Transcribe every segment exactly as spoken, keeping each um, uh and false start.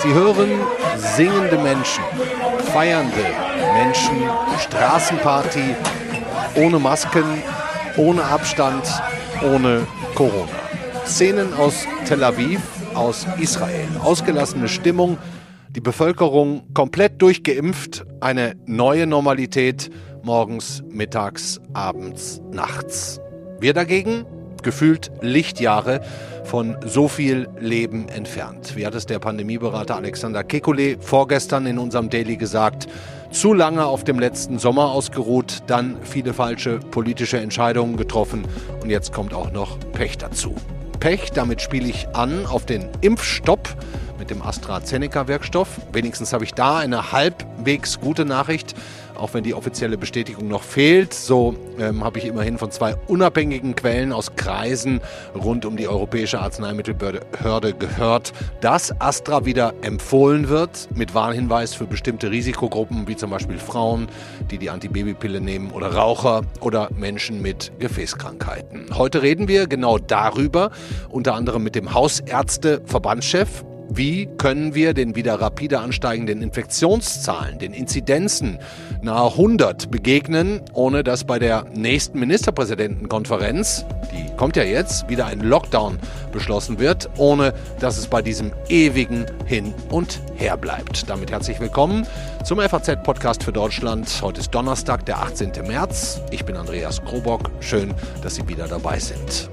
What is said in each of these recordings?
Sie hören singende Menschen, feiernde Menschen, Straßenparty, ohne Masken, ohne Abstand, ohne Corona. Szenen aus Tel Aviv, aus Israel. Ausgelassene Stimmung, die Bevölkerung komplett durchgeimpft, eine neue Normalität, morgens, mittags, abends, nachts. Wir dagegen, gefühlt Lichtjahre von so viel Leben entfernt. Wie hat es der Pandemieberater Alexander Kekulé vorgestern in unserem Daily gesagt? Zu lange auf dem letzten Sommer ausgeruht, dann viele falsche politische Entscheidungen getroffen und jetzt kommt auch noch Pech dazu. Pech, damit spiele ich an auf den Impfstopp mit dem AstraZeneca-Wirkstoff. Wenigstens habe ich da eine halbwegs gute Nachricht, auch wenn die offizielle Bestätigung noch fehlt. So ähm, habe ich immerhin von zwei unabhängigen Quellen aus Kreisen rund um die Europäische Arzneimittelbehörde gehört, dass Astra wieder empfohlen wird, mit Warnhinweis für bestimmte Risikogruppen, wie zum Beispiel Frauen, die die Antibabypille nehmen, oder Raucher oder Menschen mit Gefäßkrankheiten. Heute reden wir genau darüber, unter anderem mit dem Hausärzte-Verbandschef. Wie können wir den wieder rapide ansteigenden Infektionszahlen, den Inzidenzen nahe hundert begegnen, ohne dass bei der nächsten Ministerpräsidentenkonferenz, die kommt ja jetzt, wieder ein Lockdown beschlossen wird, ohne dass es bei diesem ewigen Hin und Her bleibt. Damit herzlich willkommen zum F A Z-Podcast für Deutschland. Heute ist Donnerstag, der achtzehnten März. Ich bin Andreas Krobock. Schön, dass Sie wieder dabei sind.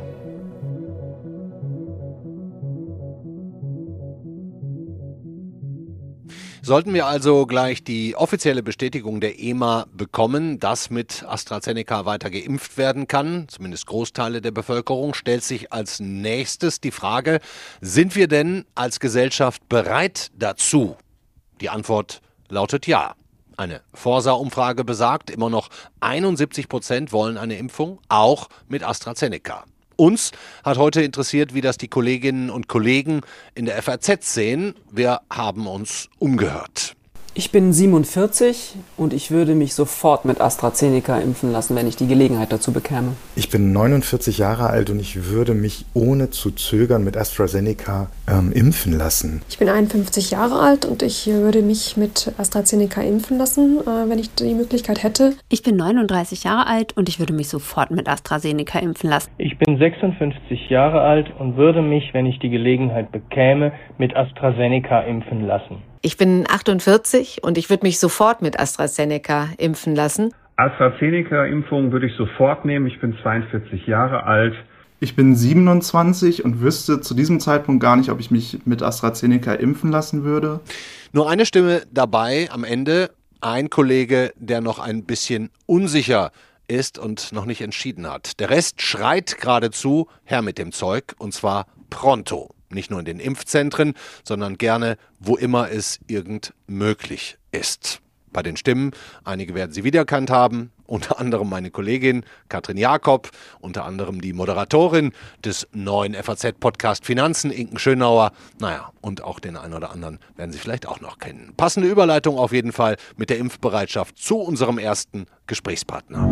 Sollten wir also gleich die offizielle Bestätigung der E M A bekommen, dass mit AstraZeneca weiter geimpft werden kann, zumindest Großteile der Bevölkerung, stellt sich als nächstes die Frage, sind wir denn als Gesellschaft bereit dazu? Die Antwort lautet ja. Eine Forsa-Umfrage besagt, immer noch einundsiebzig Prozent wollen eine Impfung, auch mit AstraZeneca. Uns hat heute interessiert, wie das die Kolleginnen und Kollegen in der F A Z sehen. Wir haben uns umgehört. Ich bin siebenundvierzig und ich würde mich sofort mit AstraZeneca impfen lassen, wenn ich die Gelegenheit dazu bekäme. Ich bin neunundvierzig Jahre alt und ich würde mich ohne zu zögern mit AstraZeneca ähm, impfen lassen. Ich bin einundfünfzig Jahre alt und ich würde mich mit AstraZeneca impfen lassen, äh, wenn ich die Möglichkeit hätte. Ich bin neununddreißig Jahre alt und ich würde mich sofort mit AstraZeneca impfen lassen. Ich bin sechsundfünfzig Jahre alt und würde mich, wenn ich die Gelegenheit bekäme, mit AstraZeneca impfen lassen. Ich bin achtundvierzig und ich würde mich sofort mit AstraZeneca impfen lassen. AstraZeneca-Impfung würde ich sofort nehmen. Ich bin zweiundvierzig Jahre alt. Ich bin siebenundzwanzig und wüsste zu diesem Zeitpunkt gar nicht, ob ich mich mit AstraZeneca impfen lassen würde. Nur eine Stimme dabei am Ende. Ein Kollege, der noch ein bisschen unsicher ist und noch nicht entschieden hat. Der Rest schreit geradezu, her mit dem Zeug, und zwar pronto. Nicht nur in den Impfzentren, sondern gerne, wo immer es irgend möglich ist. Bei den Stimmen, einige werden Sie wiedererkannt haben, unter anderem meine Kollegin Katrin Jakob, unter anderem die Moderatorin des neuen F A Z-Podcast Finanzen, Inken Schönauer, naja, und auch den einen oder anderen werden Sie vielleicht auch noch kennen. Passende Überleitung auf jeden Fall mit der Impfbereitschaft zu unserem ersten Gesprächspartner.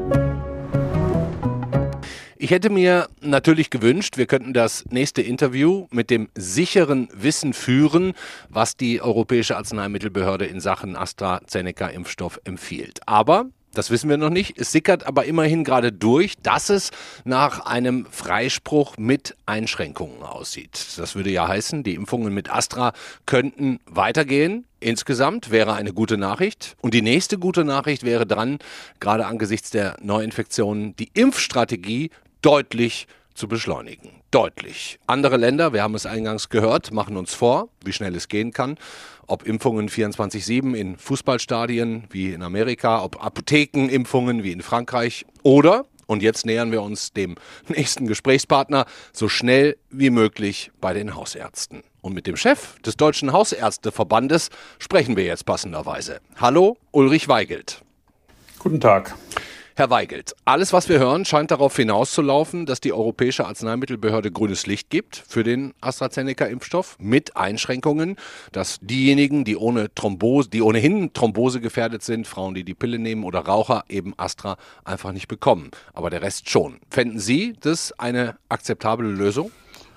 Ich hätte mir natürlich gewünscht, wir könnten das nächste Interview mit dem sicheren Wissen führen, was die Europäische Arzneimittelbehörde in Sachen AstraZeneca-Impfstoff empfiehlt. Aber das wissen wir noch nicht. Es sickert aber immerhin gerade durch, dass es nach einem Freispruch mit Einschränkungen aussieht. Das würde ja heißen, die Impfungen mit Astra könnten weitergehen. Insgesamt wäre eine gute Nachricht. Und die nächste gute Nachricht wäre dann, gerade angesichts der Neuinfektionen, die Impfstrategie deutlich zu beschleunigen. Deutlich. Andere Länder, wir haben es eingangs gehört, machen uns vor, wie schnell es gehen kann. Ob Impfungen vierundzwanzig sieben in Fußballstadien wie in Amerika, ob Apothekenimpfungen wie in Frankreich oder, und jetzt nähern wir uns dem nächsten Gesprächspartner, so schnell wie möglich bei den Hausärzten. Und mit dem Chef des Deutschen Hausärzteverbandes sprechen wir jetzt passenderweise. Hallo, Ulrich Weigelt. Guten Tag. Herr Weigelt, alles, was wir hören, scheint darauf hinauszulaufen, dass die Europäische Arzneimittelbehörde grünes Licht gibt für den AstraZeneca-Impfstoff mit Einschränkungen, dass diejenigen, die ohne Thrombose, die ohnehin Thrombose gefährdet sind, Frauen, die die Pille nehmen oder Raucher, eben Astra einfach nicht bekommen. Aber der Rest schon. Fänden Sie das eine akzeptable Lösung?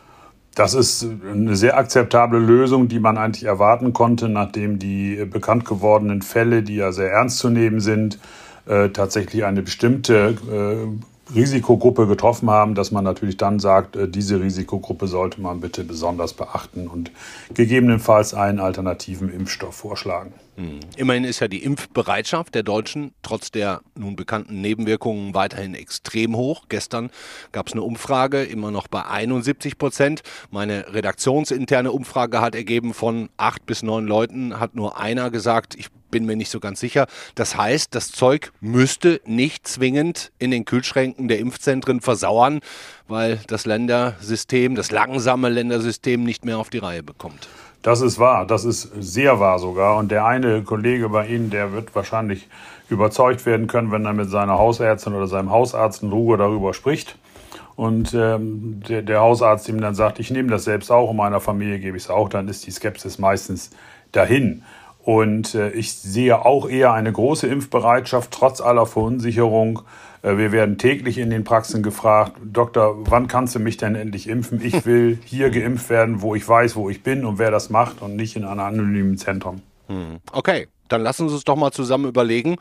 Das ist eine sehr akzeptable Lösung, die man eigentlich erwarten konnte, nachdem die bekannt gewordenen Fälle, die ja sehr ernst zu nehmen sind, äh, tatsächlich eine bestimmte äh, Risikogruppe getroffen haben, dass man natürlich dann sagt, äh, diese Risikogruppe sollte man bitte besonders beachten und gegebenenfalls einen alternativen Impfstoff vorschlagen. Immerhin ist ja die Impfbereitschaft der Deutschen trotz der nun bekannten Nebenwirkungen weiterhin extrem hoch. Gestern gab es eine Umfrage, immer noch bei einundsiebzig Prozent. Meine redaktionsinterne Umfrage hat ergeben, von acht bis neun Leuten hat nur einer gesagt, ich bin mir nicht so ganz sicher. Das heißt, das Zeug müsste nicht zwingend in den Kühlschränken der Impfzentren versauern, weil das Ländersystem, das langsame Ländersystem nicht mehr auf die Reihe bekommt. Das ist wahr, das ist sehr wahr sogar. Und der eine Kollege bei Ihnen, der wird wahrscheinlich überzeugt werden können, wenn er mit seiner Hausärztin oder seinem Hausarzt in Ruhe darüber spricht. Und ähm, der, der Hausarzt ihm dann sagt, ich nehme das selbst auch, in meiner Familie gebe ich es auch, dann ist die Skepsis meistens dahin. Und äh, ich sehe auch eher eine große Impfbereitschaft, trotz aller Verunsicherung. Äh, wir werden täglich in den Praxen gefragt, Doktor, wann kannst du mich denn endlich impfen? Ich will hier geimpft werden, wo ich weiß, wo ich bin und wer das macht und nicht in einem anonymen Zentrum. Okay, dann lassen Sie uns doch mal zusammen überlegen,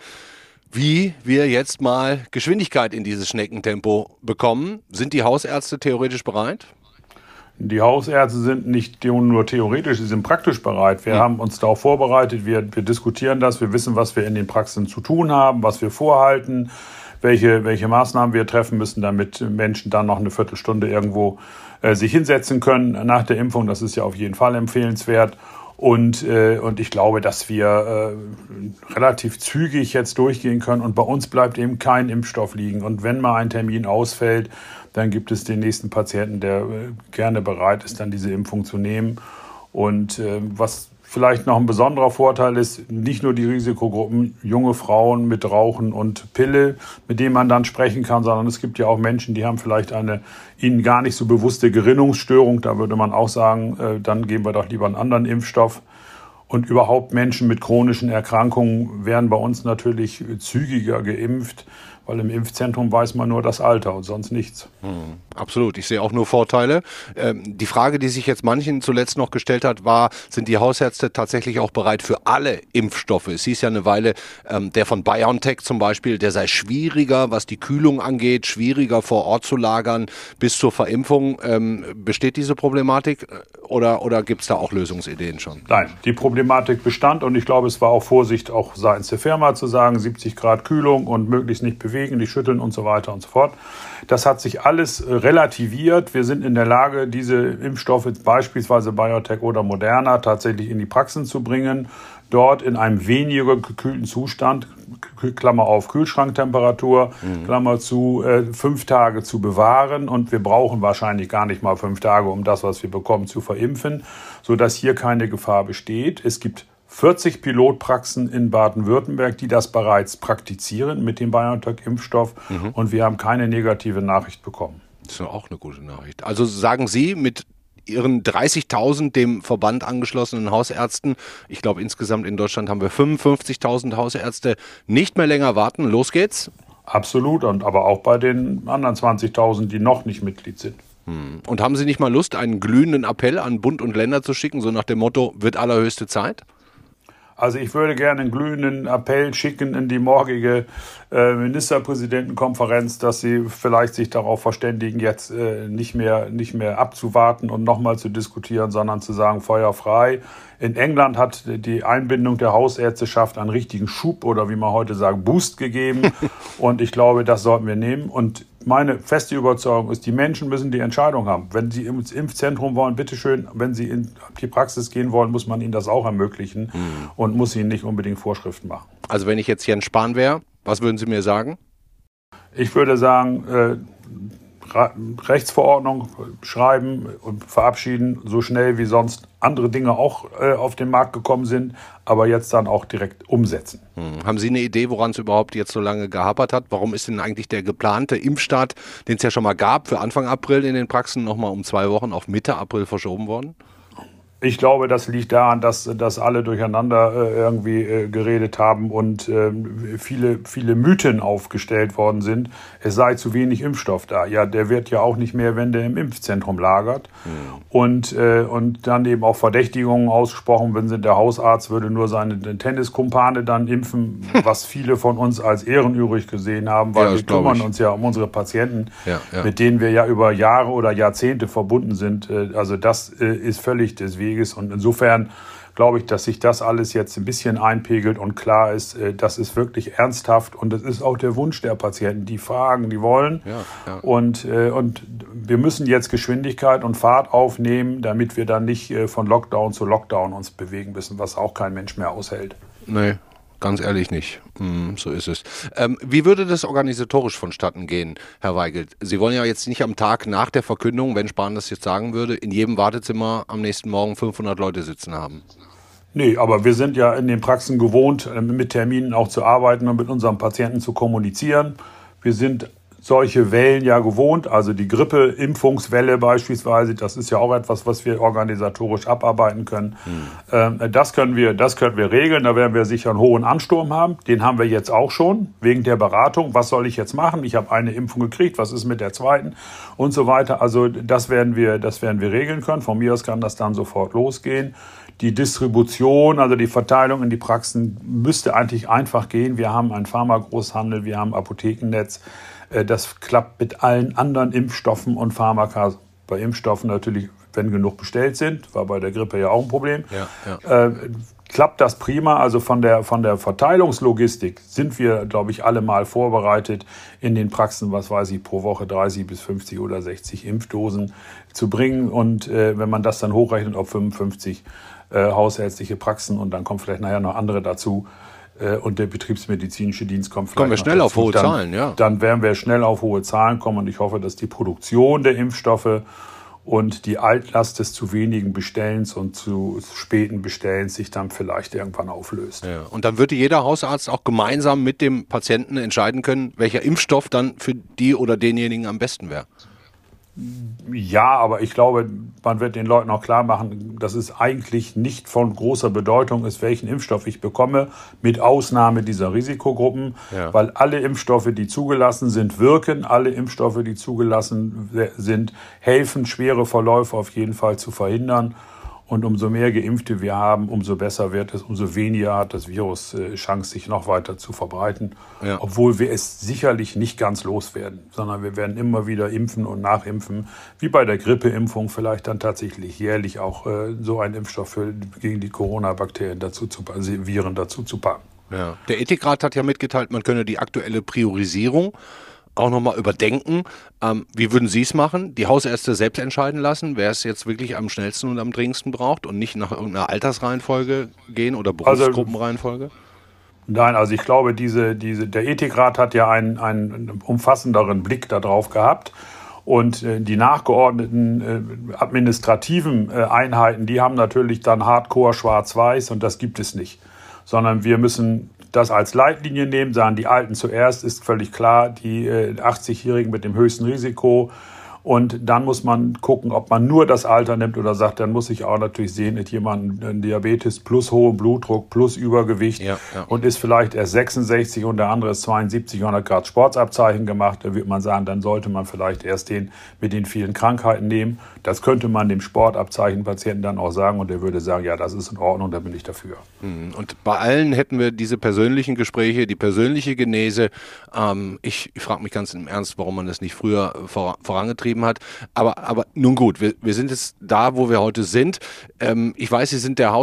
wie wir jetzt mal Geschwindigkeit in dieses Schneckentempo bekommen. Sind die Hausärzte theoretisch bereit? Die Hausärzte sind nicht nur theoretisch, sie sind praktisch bereit. Wir mhm. haben uns darauf vorbereitet, wir, wir diskutieren das, wir wissen, was wir in den Praxen zu tun haben, was wir vorhalten, welche, welche Maßnahmen wir treffen müssen, damit Menschen dann noch eine Viertelstunde irgendwo äh, sich hinsetzen können nach der Impfung. Das ist ja auf jeden Fall empfehlenswert. Und, äh, und ich glaube, dass wir äh, relativ zügig jetzt durchgehen können. Und bei uns bleibt eben kein Impfstoff liegen. Und wenn mal ein Termin ausfällt, dann gibt es den nächsten Patienten, der äh, gerne bereit ist, dann diese Impfung zu nehmen. Und äh, was vielleicht noch ein besonderer Vorteil ist, nicht nur die Risikogruppen, junge Frauen mit Rauchen und Pille, mit denen man dann sprechen kann, sondern es gibt ja auch Menschen, die haben vielleicht eine ihnen gar nicht so bewusste Gerinnungsstörung. Da würde man auch sagen, äh, dann geben wir doch lieber einen anderen Impfstoff. Und überhaupt Menschen mit chronischen Erkrankungen werden bei uns natürlich zügiger geimpft, weil im Impfzentrum weiß man nur das Alter und sonst nichts. Hm, absolut, ich sehe auch nur Vorteile. Ähm, die Frage, die sich jetzt manchen zuletzt noch gestellt hat, war, sind die Hausärzte tatsächlich auch bereit für alle Impfstoffe? Es hieß ja eine Weile, ähm, der von BioNTech zum Beispiel, der sei schwieriger, was die Kühlung angeht, schwieriger vor Ort zu lagern bis zur Verimpfung. Ähm, besteht diese Problematik oder, oder gibt es da auch Lösungsideen schon? Nein, die Problematik bestand und ich glaube, es war auch Vorsicht auch seitens der Firma zu sagen, siebzig Grad Kühlung und möglichst nicht bewegen, nicht schütteln und so weiter und so fort. Das hat sich alles relativiert. Wir sind in der Lage, diese Impfstoffe, beispielsweise BioNTech oder Moderna, tatsächlich in die Praxen zu bringen, dort in einem weniger gekühlten Zustand, Klammer auf Kühlschranktemperatur, mhm. Klammer zu, äh, fünf Tage zu bewahren. Und wir brauchen wahrscheinlich gar nicht mal fünf Tage, um das, was wir bekommen, zu verimpfen, sodass hier keine Gefahr besteht. Es gibt vierzig Pilotpraxen in Baden-Württemberg, die das bereits praktizieren mit dem BioNTech-Impfstoff. Mhm. Und wir haben keine negative Nachricht bekommen. Das ist auch eine gute Nachricht. Also sagen Sie, mit Ihren dreißigtausend dem Verband angeschlossenen Hausärzten, ich glaube insgesamt in Deutschland haben wir fünfundfünfzigtausend Hausärzte, nicht mehr länger warten. Los geht's? Absolut, und aber auch bei den anderen zwanzigtausend, die noch nicht Mitglied sind. Hm. Und haben Sie nicht mal Lust, einen glühenden Appell an Bund und Länder zu schicken, so nach dem Motto, wird allerhöchste Zeit? Also ich würde gerne einen glühenden Appell schicken in die morgige äh, Ministerpräsidentenkonferenz, dass sie vielleicht sich darauf verständigen, jetzt äh, nicht mehr, nicht mehr abzuwarten und nochmal zu diskutieren, sondern zu sagen, Feuer frei. In England hat die Einbindung der Hausärzteschaft einen richtigen Schub oder wie man heute sagt, Boost gegeben. Und ich glaube, das sollten wir nehmen. Und meine feste Überzeugung ist, die Menschen müssen die Entscheidung haben. Wenn sie ins Impfzentrum wollen, bitteschön. Wenn sie in die Praxis gehen wollen, muss man ihnen das auch ermöglichen mhm. und muss ihnen nicht unbedingt Vorschriften machen. Also wenn ich jetzt Jens Spahn wäre, was würden Sie mir sagen? Ich würde sagen, äh, Rechtsverordnung schreiben und verabschieden, so schnell wie sonst andere Dinge auch äh, auf den Markt gekommen sind, aber jetzt dann auch direkt umsetzen. Hm. Haben Sie eine Idee, woran es überhaupt jetzt so lange gehapert hat? Warum ist denn eigentlich der geplante Impfstart, den es ja schon mal gab, für Anfang April in den Praxen nochmal um zwei Wochen auf Mitte April verschoben worden? Ich glaube, das liegt daran, dass, dass alle durcheinander äh, irgendwie äh, geredet haben und äh, viele, viele Mythen aufgestellt worden sind. Es sei zu wenig Impfstoff da. Ja, der wird ja auch nicht mehr, wenn der im Impfzentrum lagert. Mhm. Und, äh, und dann eben auch Verdächtigungen ausgesprochen, wenn der Hausarzt würde nur seine Tenniskumpane dann impfen, was viele von uns als ehrenübrig gesehen haben, weil ja, wir kümmern uns ja um unsere Patienten, ja, ja. mit denen wir ja über Jahre oder Jahrzehnte verbunden sind. Also das äh, ist völlig deswegen. Und insofern glaube ich, dass sich das alles jetzt ein bisschen einpegelt und klar ist, das ist wirklich ernsthaft und das ist auch der Wunsch der Patienten, die fragen, die wollen. Ja, ja. Und, und wir müssen jetzt Geschwindigkeit und Fahrt aufnehmen, damit wir dann nicht von Lockdown zu Lockdown uns bewegen müssen, was auch kein Mensch mehr aushält. Nee. Ganz ehrlich nicht. Mm, so ist es. Ähm, wie würde das organisatorisch vonstatten gehen, Herr Weigelt? Sie wollen ja jetzt nicht am Tag nach der Verkündung, wenn Spahn das jetzt sagen würde, in jedem Wartezimmer am nächsten Morgen fünfhundert Leute sitzen haben. Nee, aber wir sind ja in den Praxen gewohnt, mit Terminen auch zu arbeiten und mit unseren Patienten zu kommunizieren. Wir sind solche Wellen ja gewohnt, also die Grippe-Impfungswelle beispielsweise, das ist ja auch etwas, was wir organisatorisch abarbeiten können. Hm. Ähm, das können wir, das können wir regeln, da werden wir sicher einen hohen Ansturm haben. Den haben wir jetzt auch schon, wegen der Beratung. Was soll ich jetzt machen? Ich habe eine Impfung gekriegt, was ist mit der zweiten? Und so weiter. Also das werden wir, das werden wir regeln können. Von mir aus kann das dann sofort losgehen. Die Distribution, also die Verteilung in die Praxen müsste eigentlich einfach gehen. Wir haben einen Pharmagroßhandel, wir haben ein Apothekennetz. Das klappt mit allen anderen Impfstoffen und Pharmaka. Bei Impfstoffen natürlich, wenn genug bestellt sind, war bei der Grippe ja auch ein Problem. Ja, ja. Äh, klappt das prima. Also von der, von der Verteilungslogistik sind wir, glaube ich, alle mal vorbereitet, in den Praxen, was weiß ich, pro Woche dreißig bis fünfzig oder sechzig Impfdosen zu bringen. Und äh, wenn man das dann hochrechnet auf fünfundfünfzig äh, hausärztliche Praxen und dann kommen vielleicht nachher noch andere dazu, und der betriebsmedizinische Dienst kommt vielleicht kommen wir schnell dazu. auf hohe dann, Zahlen, ja. Dann werden wir schnell auf hohe Zahlen kommen und ich hoffe, dass die Produktion der Impfstoffe und die Altlast des zu wenigen Bestellens und zu späten Bestellens sich dann vielleicht irgendwann auflöst. Ja. Und dann würde jeder Hausarzt auch gemeinsam mit dem Patienten entscheiden können, welcher Impfstoff dann für die oder denjenigen am besten wäre. Ja, aber ich glaube, man wird den Leuten auch klar machen, dass es eigentlich nicht von großer Bedeutung ist, welchen Impfstoff ich bekomme, mit Ausnahme dieser Risikogruppen, ja. Weil alle Impfstoffe, die zugelassen sind, wirken. Alle Impfstoffe, die zugelassen sind, helfen, schwere Verläufe auf jeden Fall zu verhindern. Und umso mehr Geimpfte wir haben, umso besser wird es, umso weniger hat das Virus äh, Chance, sich noch weiter zu verbreiten. Ja. Obwohl wir es sicherlich nicht ganz loswerden, sondern wir werden immer wieder impfen und nachimpfen, wie bei der Grippeimpfung vielleicht dann tatsächlich jährlich auch äh, so einen Impfstoff für, gegen die Corona-Bakterien dazu zu, also Viren dazu zu packen. Ja. Der Ethikrat hat ja mitgeteilt, man könne die aktuelle Priorisierung auch nochmal überdenken. Ähm, wie würden Sie es machen? Die Hausärzte selbst entscheiden lassen, wer es jetzt wirklich am schnellsten und am dringendsten braucht und nicht nach irgendeiner Altersreihenfolge gehen oder Berufsgruppenreihenfolge? Also, nein, also ich glaube, diese, diese, der Ethikrat hat ja einen, einen umfassenderen Blick darauf gehabt. Und äh, die nachgeordneten äh, administrativen äh, Einheiten, die haben natürlich dann Hardcore schwarz-weiß und das gibt es nicht. Sondern wir müssen das als Leitlinie nehmen, sagen die Alten zuerst, ist völlig klar, die äh, achtzigjährigen mit dem höchsten Risiko. Und dann muss man gucken, ob man nur das Alter nimmt oder sagt, dann muss ich auch natürlich sehen, ist jemand ein Diabetes plus hohen Blutdruck plus Übergewicht ja, ja. und ist vielleicht erst sechsundsechzig und der andere ist zweiundsiebzig und hat gerade Sportabzeichen gemacht. Da würde man sagen, dann sollte man vielleicht erst den mit den vielen Krankheiten nehmen. Das könnte man dem Sportabzeichenpatienten dann auch sagen und der würde sagen, ja, das ist in Ordnung, da bin ich dafür. Und bei allen hätten wir diese persönlichen Gespräche, die persönliche Genese. Ähm, ich ich frage mich ganz im Ernst, warum man das nicht früher vor, vorangetrieben hat. Aber, aber nun gut, wir, wir sind jetzt da, wo wir heute sind. Ähm, ich weiß, Sie sind der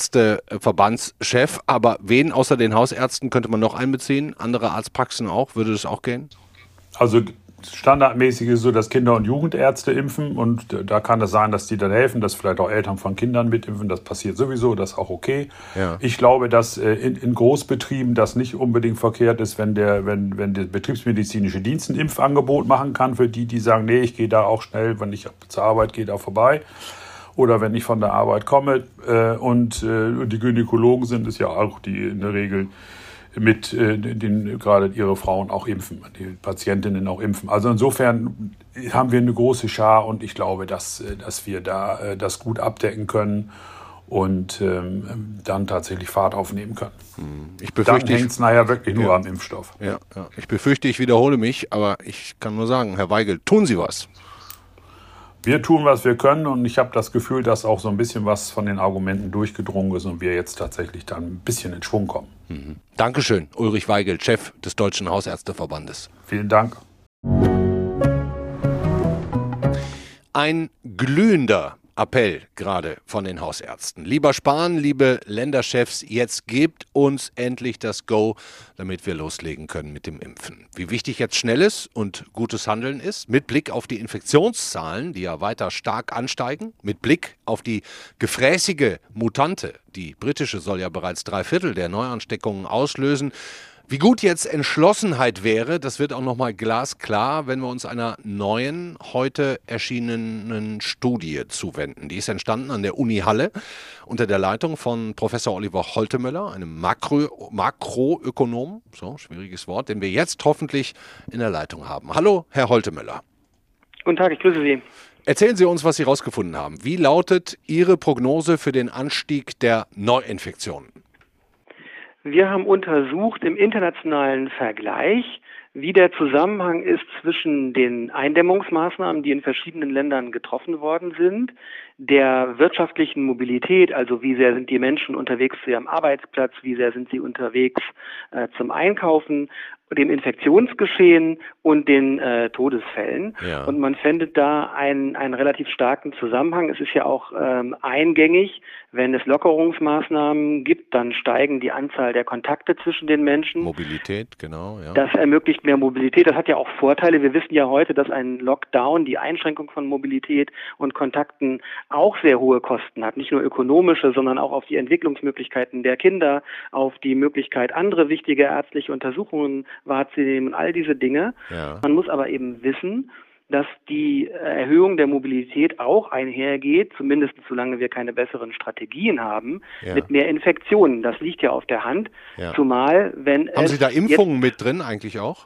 Hausärzteverbandschef, aber wen außer den Hausärzten könnte man noch einbeziehen? Andere Arztpraxen auch? Würde das auch gehen? Also standardmäßig ist es so, dass Kinder- und Jugendärzte impfen und da kann es sein, dass die dann helfen, dass vielleicht auch Eltern von Kindern mitimpfen. Das passiert sowieso, das ist auch okay. Ja. Ich glaube, dass in, in Großbetrieben das nicht unbedingt verkehrt ist, wenn der, wenn, wenn der betriebsmedizinische Dienst ein Impfangebot machen kann für die, die sagen, nee, ich gehe da auch schnell, wenn ich zur Arbeit gehe, da vorbei. Oder wenn ich von der Arbeit komme. Und die Gynäkologen sind es ja auch, die in der Regel mit äh, den gerade ihre Frauen auch impfen, die Patientinnen auch impfen. Also insofern haben wir eine große Schar und ich glaube, dass, dass wir da äh, das gut abdecken können und ähm, dann tatsächlich Fahrt aufnehmen können. Ich befürchte, dann hängt es nachher wirklich nur ja. am Impfstoff. Ja, ja. Ich befürchte, ich wiederhole mich, aber ich kann nur sagen, Herr Weigel, tun Sie was. Wir tun, was wir können und ich habe das Gefühl, dass auch so ein bisschen was von den Argumenten durchgedrungen ist und wir jetzt tatsächlich dann ein bisschen in Schwung kommen. Mhm. Dankeschön, Ulrich Weigel, Chef des Deutschen Hausärzteverbandes. Vielen Dank. Ein glühender Appell gerade von den Hausärzten. Lieber Spahn, liebe Länderchefs, jetzt gebt uns endlich das Go, damit wir loslegen können mit dem Impfen. Wie wichtig jetzt schnelles und gutes Handeln ist, mit Blick auf die Infektionszahlen, die ja weiter stark ansteigen, mit Blick auf die gefräßige Mutante, die britische soll ja bereits drei Viertel der Neuansteckungen auslösen. Wie gut jetzt Entschlossenheit wäre, das wird auch nochmal glasklar, wenn wir uns einer neuen, heute erschienenen Studie zuwenden. Die ist entstanden an der Uni Halle unter der Leitung von Professor Oliver Holtemöller, einem Makro, Makroökonom, so schwieriges Wort, den wir jetzt hoffentlich in der Leitung haben. Hallo, Herr Holtemöller. Guten Tag, ich grüße Sie. Erzählen Sie uns, was Sie herausgefunden haben. Wie lautet Ihre Prognose für den Anstieg der Neuinfektionen? Wir haben untersucht im internationalen Vergleich, wie der Zusammenhang ist zwischen den Eindämmungsmaßnahmen, die in verschiedenen Ländern getroffen worden sind, der wirtschaftlichen Mobilität, also wie sehr sind die Menschen unterwegs zu ihrem Arbeitsplatz, wie sehr sind sie unterwegs äh, zum Einkaufen, dem Infektionsgeschehen und den äh, Todesfällen. Ja. Und man findet da einen, einen relativ starken Zusammenhang. Es ist ja auch ähm, eingängig, wenn es Lockerungsmaßnahmen gibt, dann steigen die Anzahl der Kontakte zwischen den Menschen. Mobilität, genau. Ja. Das ermöglicht mehr Mobilität. Das hat ja auch Vorteile. Wir wissen ja heute, dass ein Lockdown, die Einschränkung von Mobilität und Kontakten auch sehr hohe Kosten hat. Nicht nur ökonomische, sondern auch auf die Entwicklungsmöglichkeiten der Kinder, auf die Möglichkeit, andere wichtige ärztliche Untersuchungen wahrzunehmen, all diese Dinge. Ja. Man muss aber eben wissen, dass die Erhöhung der Mobilität auch einhergeht, zumindest solange wir keine besseren Strategien haben, ja. mit mehr Infektionen. Das liegt ja auf der Hand. Ja. Zumal, wenn Haben Sie da Impfungen mit drin eigentlich auch?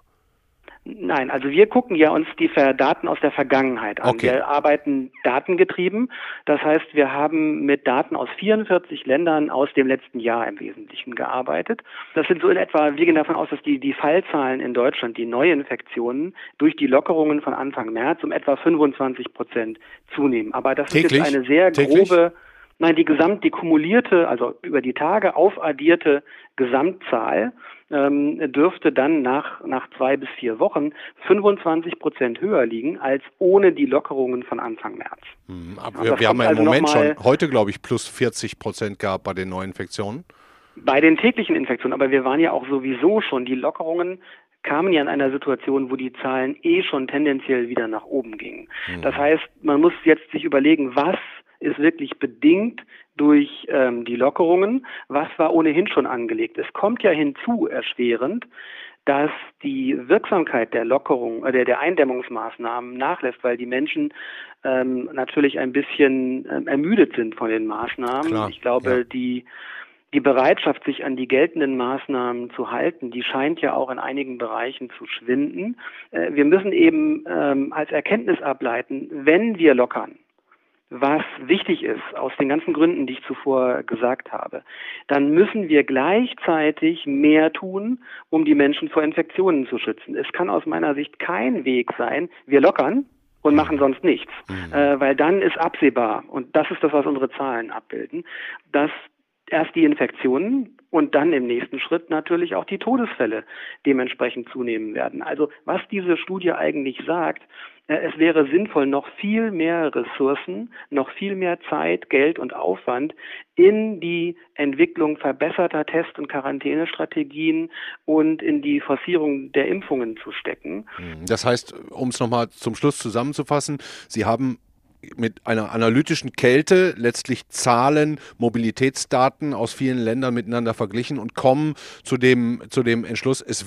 Nein, also wir gucken ja uns die Daten aus der Vergangenheit an. Okay. Wir arbeiten datengetrieben. Das heißt, wir haben mit Daten aus vierundvierzig Ländern aus dem letzten Jahr im Wesentlichen gearbeitet. Das sind so in etwa, wir gehen davon aus, dass die, die Fallzahlen in Deutschland, die Neuinfektionen durch die Lockerungen von Anfang März um etwa fünfundzwanzig Prozent zunehmen. Aber das Täglich? ist jetzt eine sehr Täglich? grobe... Nein, die gesamt, die kumulierte, also über die Tage aufaddierte Gesamtzahl ähm, dürfte dann nach, nach zwei bis vier Wochen fünfundzwanzig Prozent höher liegen als ohne die Lockerungen von Anfang März. Hm, aber wir, wir haben ja im also Moment schon heute, glaube ich, plus vierzig Prozent gehabt bei den Neuinfektionen. Bei den täglichen Infektionen, aber wir waren ja auch sowieso schon, die Lockerungen kamen ja in einer Situation, wo die Zahlen eh schon tendenziell wieder nach oben gingen. Hm. Das heißt, man muss jetzt sich überlegen, was ist wirklich bedingt durch ähm, die Lockerungen, was war ohnehin schon angelegt. Es kommt ja hinzu, erschwerend, dass die Wirksamkeit der Lockerung, äh, der, der Eindämmungsmaßnahmen nachlässt, weil die Menschen ähm, natürlich ein bisschen ähm, ermüdet sind von den Maßnahmen. Klar, ich glaube, ja. die Die Bereitschaft, sich an die geltenden Maßnahmen zu halten, die scheint ja auch in einigen Bereichen zu schwinden. Äh, wir müssen eben ähm, als Erkenntnis ableiten, wenn wir lockern, was wichtig ist, aus den ganzen Gründen, die ich zuvor gesagt habe, dann müssen wir gleichzeitig mehr tun, um die Menschen vor Infektionen zu schützen. Es kann aus meiner Sicht kein Weg sein, wir lockern und machen sonst nichts, mhm. äh, weil dann ist absehbar, und das ist das, was unsere Zahlen abbilden, dass erst die Infektionen und dann im nächsten Schritt natürlich auch die Todesfälle dementsprechend zunehmen werden. Also was diese Studie eigentlich sagt, es wäre sinnvoll, noch viel mehr Ressourcen, noch viel mehr Zeit, Geld und Aufwand in die Entwicklung verbesserter Test- und Quarantänestrategien und in die Forcierung der Impfungen zu stecken. Das heißt, um es nochmal zum Schluss zusammenzufassen, Sie haben mit einer analytischen Kälte letztlich Zahlen, Mobilitätsdaten aus vielen Ländern miteinander verglichen und kommen zu dem, zu dem Entschluss, es wird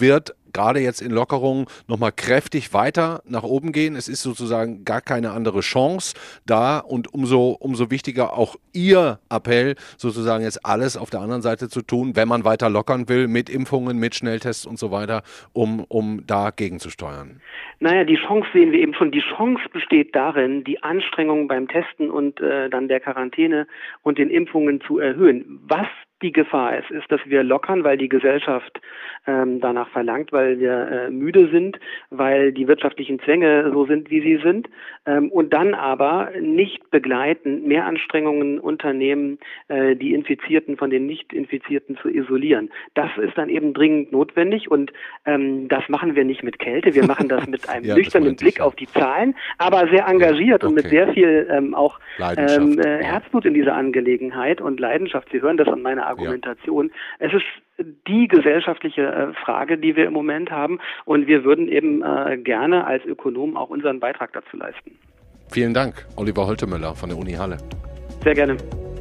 gerade jetzt in Lockerungen nochmal kräftig weiter nach oben gehen. Es ist sozusagen gar keine andere Chance da und umso, umso wichtiger auch Ihr Appell, sozusagen jetzt alles auf der anderen Seite zu tun, wenn man weiter lockern will mit Impfungen, mit Schnelltests und so weiter, um, um da gegenzusteuern. Naja, die Chance sehen wir eben schon. Die Chance besteht darin, die Anstrengungen beim Testen und äh, dann der Quarantäne und den Impfungen zu erhöhen. Was die Gefahr ist, ist, dass wir lockern, weil die Gesellschaft ähm, danach verlangt, weil wir äh, müde sind, weil die wirtschaftlichen Zwänge so sind, wie sie sind, ähm, und dann aber nicht begleitend mehr Anstrengungen unternehmen, äh, die Infizierten von den Nicht-Infizierten zu isolieren. Das ist dann eben dringend notwendig und ähm, das machen wir nicht mit Kälte, wir machen das mit einem ja, nüchternen Blick ich, ja. auf die Zahlen, aber sehr engagiert ja, okay. und mit sehr viel ähm, auch ähm, äh, Herzblut in dieser Angelegenheit und Leidenschaft. Sie hören das an meiner Argumentation. Ja. Es ist die gesellschaftliche äh, Frage, die wir im Moment haben und wir würden eben äh, gerne als Ökonomen auch unseren Beitrag dazu leisten. Vielen Dank, Oliver Holtemöller von der Uni Halle. Sehr gerne.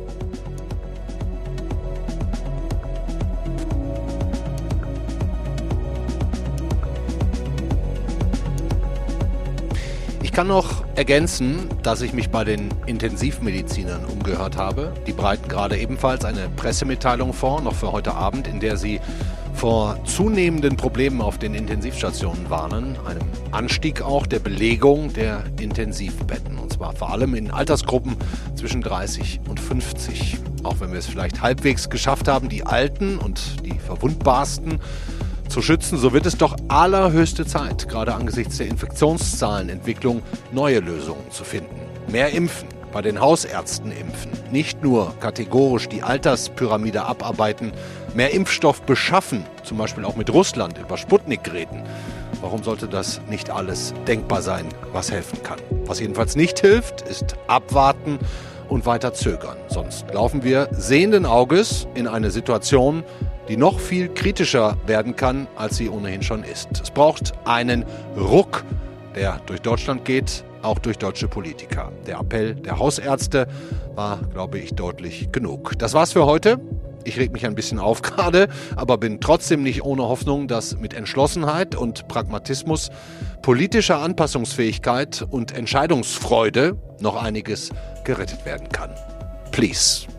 Ich kann noch ergänzen, dass ich mich bei den Intensivmedizinern umgehört habe. Die bereiten gerade ebenfalls eine Pressemitteilung vor, noch für heute Abend, in der sie vor zunehmenden Problemen auf den Intensivstationen warnen. Einem Anstieg auch der Belegung der Intensivbetten. Und zwar vor allem in Altersgruppen zwischen dreißig und fünfzig. Auch wenn wir es vielleicht halbwegs geschafft haben, die Alten und die Verwundbarsten zu schützen, so wird es doch allerhöchste Zeit, gerade angesichts der Infektionszahlenentwicklung, neue Lösungen zu finden. Mehr impfen, bei den Hausärzten impfen, nicht nur kategorisch die Alterspyramide abarbeiten, mehr Impfstoff beschaffen, zum Beispiel auch mit Russland über Sputnik-Geräten. Warum sollte das nicht alles denkbar sein, was helfen kann? Was jedenfalls nicht hilft, ist abwarten und weiter zögern. Sonst laufen wir sehenden Auges in eine Situation, die noch viel kritischer werden kann, als sie ohnehin schon ist. Es braucht einen Ruck, der durch Deutschland geht, auch durch deutsche Politiker. Der Appell der Hausärzte war, glaube ich, deutlich genug. Das war's für heute. Ich reg mich ein bisschen auf gerade, aber bin trotzdem nicht ohne Hoffnung, dass mit Entschlossenheit und Pragmatismus, politischer Anpassungsfähigkeit und Entscheidungsfreude noch einiges gerettet werden kann. Please.